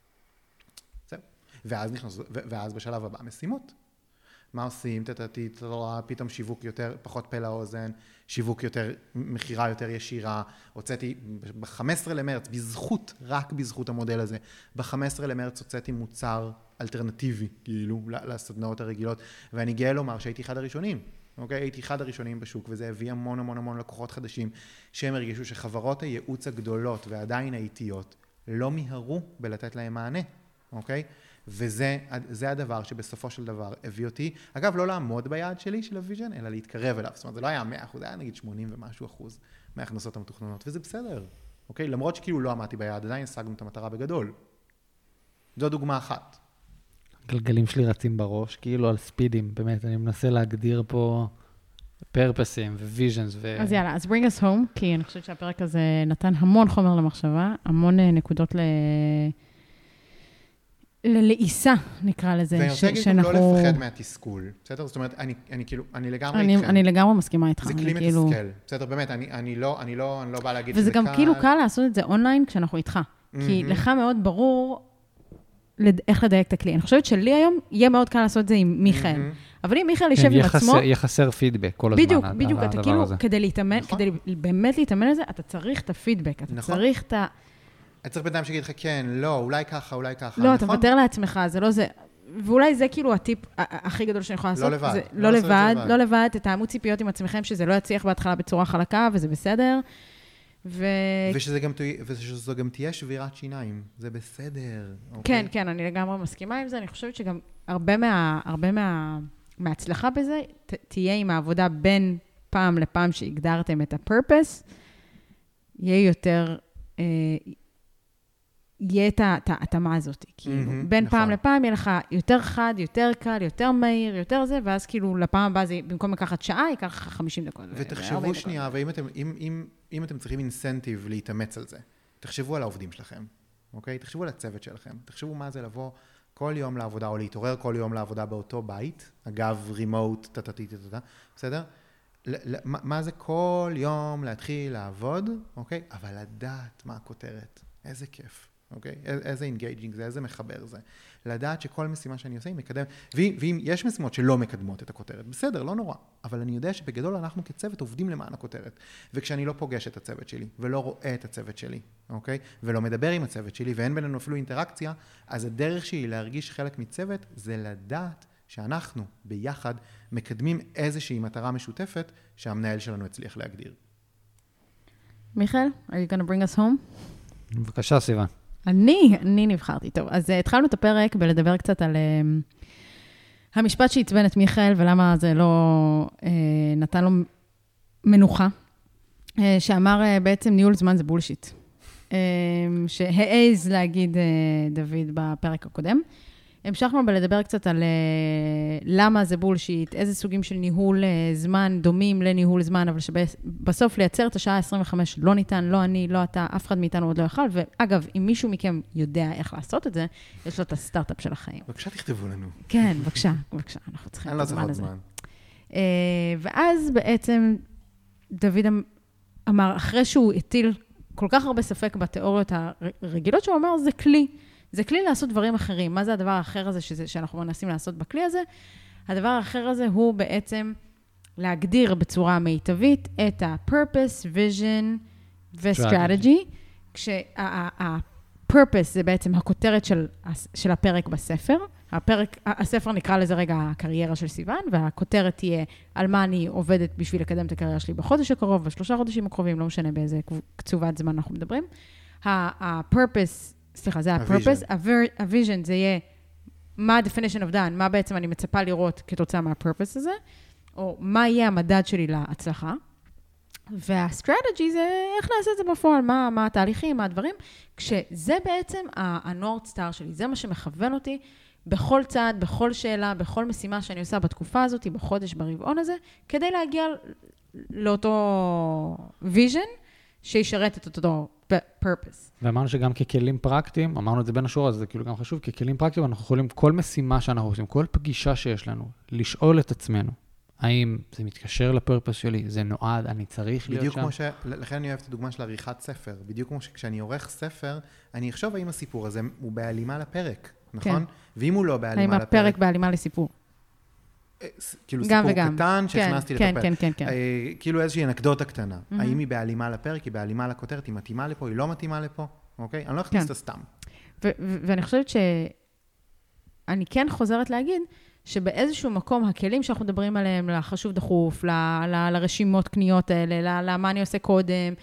זהו. ואז נכנס, ואז בשלב הבא, משימות. מה עושים? תתתי, פתאום שיווק יותר, פחות פה לאוזן, שיווק יותר, מחירה יותר ישירה. הוצאתי ב-חמישה עשר למרץ, בזכות, רק בזכות המודל הזה, ב-חמישה עשר למרץ הוצאתי מוצר אלטרנטיבי, כאילו, לסדנאות הרגילות, ואני גאה לומר שהייתי אחד הראשונים. אוקיי? הייתי אחד הראשונים בשוק, וזה הביא המון המון המון לקוחות חדשים, שהם הרגישו שחברות הייעוץ הגדולות והעדיין האיטיות לא מיהרו בלתת להם מענה, אוקיי? וזה זה הדבר שבסופו של דבר הביא אותי, אגב, לא לעמוד ביעד שלי של הוויז'ן, אלא להתקרב אליו. זאת אומרת, זה לא היה מאה אחוז, זה היה נגיד שמונים ומשהו אחוז מההכנסות המתוכננות, וזה בסדר, אוקיי? למרות שכאילו לא עמדתי ביעד, עדיין השגנו את המטרה בגדול. זו דוגמה אחת. גלגלים שלי רצים בראש, כאילו על ספידים, באמת, אני מנסה להגדיר פה פרפסים וויז'נס ו... אז יאללה, אז bring us home, כי אני חושבת שהפרק הזה נתן המון חומר למחשבה, המון נקודות ל... ללעיסה, נקרא לזה, ואני רוצה להגיד לא לפחד מהתסכול, בסדר? זאת אומרת, אני, אני כאילו, אני לגמרי איתכם. אני לגמרי מסכימה איתך. זה כלי מתסכל, בסדר? באמת, אני, אני לא, אני לא, אני לא בא להגיד שזה קל. וזה גם כאילו קל לעשות את זה אונליין כשאנחנו איתך. כי לך מאוד ברור איך לדייק את הכלי. אני חושבת שלי היום יהיה מאוד קל לעשות את זה עם מיכאל. אבל אם מיכאל יישב עם עצמו... יהיה חסר פידבק כל הזמן. בדיוק, בדיוק. אתה כאילו, כדי להתאמן, כדי באמת להתאמן לזה, אתה צריך את הפידבק. אתה צריך את ה... אני צריך בינתיים שיגיד לך, כן, לא, אולי ככה, אולי ככה. לא, אתה מוותר לעצמך, זה לא זה. ואולי זה כאילו הטיפ הכי גדול שאני יכולה לעשות. לא לבד. לא לבד, לא לבד, תתאמו ציפיות עם עצמכם, שזה לא יצליח בהתחלה בצורה חלקה, וזה בסדר. ושזו גם תהיה שבירת שיניים, זה בסדר. כן, כן, אני לגמרי מסכימה עם זה. אני חושבת שגם הרבה מההצלחה בזה תהיה עם העבודה בין פעם לפעם שהגדרתם את הפרפס, יהיה יותר... יהיה את ההתאמה הזאת, כאילו, בין פעם לפעם יהיה לך יותר חד, יותר קל, יותר מהיר, יותר זה, ואז כאילו לפעם הבאה זה, במקום לקחת שעה, ייקח לך חמישים דקות. ותחשבו שנייה, ואם אתם צריכים אינסנטיב להתאמץ על זה, תחשבו על העובדים שלכם, אוקיי? תחשבו על הצוות שלכם, תחשבו מה זה לבוא כל יום לעבודה, או להתעורר כל יום לעבודה באותו בית, אגב, רימוט, טטטטטטט, בסדר? מה זה כל יום להתחיל לעבוד, אוקיי? אבל לדעת מה הכותרת. איזה כיף, אוקיי? איזה אינגייג'ינג זה, איזה מחבר זה. לדעת שכל משימה שאני עושה היא מקדם, ואם, ואם יש משימות שלא מקדמות את הכותרת, בסדר, לא נורא, אבל אני יודע שבגדול אנחנו כצוות עובדים למען הכותרת, וכשאני לא פוגש את הצוות שלי, ולא רואה את הצוות שלי, אוקיי? ולא מדבר עם הצוות שלי, ואין בינינו אפילו אינטראקציה, אז הדרך שלי להרגיש חלק מצוות, זה לדעת שאנחנו ביחד מקדמים איזושהי מטרה משותפת, שהמנהל שלנו הצליח להגדיר. מיכאל, are you going to bring us home? בבקשה, סיוון. אני, אני נבחרתי. טוב, אז uh, התחלנו את הפרק בלדבר קצת על uh, המשפט שעצבן את מיכאל, ולמה זה לא uh, נתן לו מנוחה, uh, שאמר uh, בעצם ניהול זמן זה בולשיט. Uh, שהעז להגיד uh, דוד בפרק הקודם. המשכנו בלדבר קצת על uh, למה זה בולשיט, איזה סוגים של ניהול uh, זמן דומים לניהול זמן, אבל שבסוף לייצר את השעה עשרים וחמש לא ניתן, לא אני, לא אתה, אף אחד מאיתנו עוד לא יוכל, ואגב, אם מישהו מכם יודע איך לעשות את זה, יש לו את הסטארט-אפ של החיים. בבקשה תכתבו לנו. כן, בבקשה, בבקשה, אנחנו צריכים את הזמן הזה. Uh, ואז בעצם דוד אמר, אחרי שהוא הטיל כל כך הרבה ספק בתיאוריות הרגילות, שהוא אמר, זה כלי. זה כלי לעשות דברים אחרים. מה זה הדבר האחר הזה שזה, שאנחנו מנסים לעשות בכלי הזה? הדבר האחר הזה הוא בעצם להגדיר בצורה מיטבית את ה-purpose, vision ו-strategy, כשה-purpose זה בעצם הכותרת של, של הפרק בספר. הפרק, הספר נקרא לזה רגע הקריירה של סיוון, והכותרת תהיה על מה אני עובדת בשביל לקדם את הקריירה שלי בחודש הקרוב, בשלושה חודשים הקרובים, לא משנה באיזה קצובת זמן אנחנו מדברים. ה-purpose סליחה, זה ה-purpose. ה-vision זה יהיה מה ה-definition of done, מה בעצם אני מצפה לראות כתוצאה מה-purpose הזה, או מה יהיה המדד שלי להצלחה. וה-strategy זה איך נעשה את זה בפועל, מה, מה התהליכים, מה הדברים, כשזה בעצם ה-North Star שלי, זה מה שמכוון אותי בכל צעד, בכל שאלה, בכל משימה שאני עושה בתקופה הזאת, בחודש, ברבעון הזה, כדי להגיע לאותו vision שישרת את אותו purpose. ואמרנו שגם ככלים פרקטיים, אמרנו את זה בין השורות, זה כאילו גם חשוב, ככלים פרקטיים אנחנו יכולים, כל משימה שאנחנו עושים, כל פגישה שיש לנו, לשאול את עצמנו, האם זה מתקשר לפרפס שלי, זה נועד, אני צריך להיות שם. בדיוק כמו ש... לכן אני אוהב את הדוגמה של עריכת ספר. בדיוק כמו שכשאני עורך ספר, אני אחשוב האם הסיפור הזה הוא בהלימה לפרק, נכון? ואם הוא לא בהלימה לפרק... האם הפרק בהלימה לסיפור. כאילו סיפור קטן שהכנסתי כן, לטפל. כן, כן, כן. כאילו איזושהי אנקדוטה קטנה. האם היא בהלימה לפרק, היא בהלימה לכותרת, היא מתאימה לפה, היא לא מתאימה לפה, אוקיי? אני לא אכניס את סתם. ואני חושבת שאני כן חוזרת להגיד, שבאיזשהו מקום, הכלים שאנחנו מדברים עליהם, לחשוב דחוף, לרשימות קניות האלה, למה אני עושה קודם,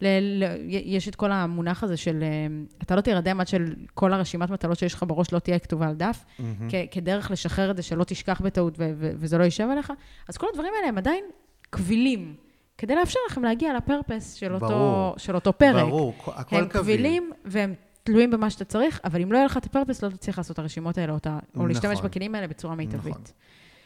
יש את כל המונח הזה של, אתה לא תירדם עד של כל הרשימת מטלות שיש לך בראש לא תהיה כתובה על דף, כדרך לשחרר את זה שלא תשכח בטעות וזה לא יישב עליך. אז כל הדברים האלה הם עדיין קבילים, כדי לאפשר לכם להגיע לפרפס של אותו פרק. ברור, הכל קביל. הם קבילים והם תלויים במה שאתה צריך, אבל אם לא יהיה לך את הפרפס, לא תצליח לעשות את הרשימות האלה, או להשתמש בכלים האלה בצורה מיטבית.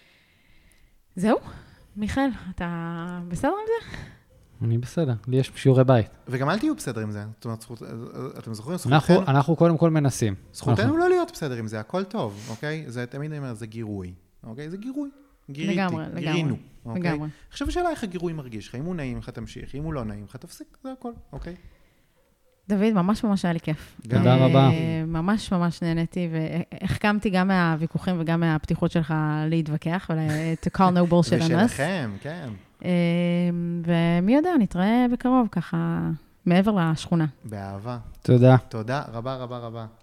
זהו? מיכאל, אתה בסדר עם זה? אני בסדר, לי יש שיעורי בית. וגם אל תהיו בסדר עם זה. זאת אומרת, אתם זוכרים, זכותנו... אנחנו קודם כל מנסים. זכותנו לא להיות בסדר עם זה, הכל טוב, אוקיי? זה תמיד אני אומר, זה גירוי, אוקיי? זה גירוי. גיריתי, לגמרי, גירינו, לגמרי. אוקיי? עכשיו השאלה איך הגירוי מרגיש לך, אם הוא נעים לך תמשיך, אם הוא לא נעים לך תפסיק, זה הכל, אוקיי? דוד, ממש ממש היה לי כיף. תודה רבה. ממש ממש נהניתי, והחכמתי גם מהוויכוחים וגם מהפתיחות שלך להתווכח, to call no bullshit on us. ושלכם, כן. ומי יודע, נתראה בקרוב, ככה, מעבר לשכונה. באהבה. תודה. תודה רבה רבה רבה.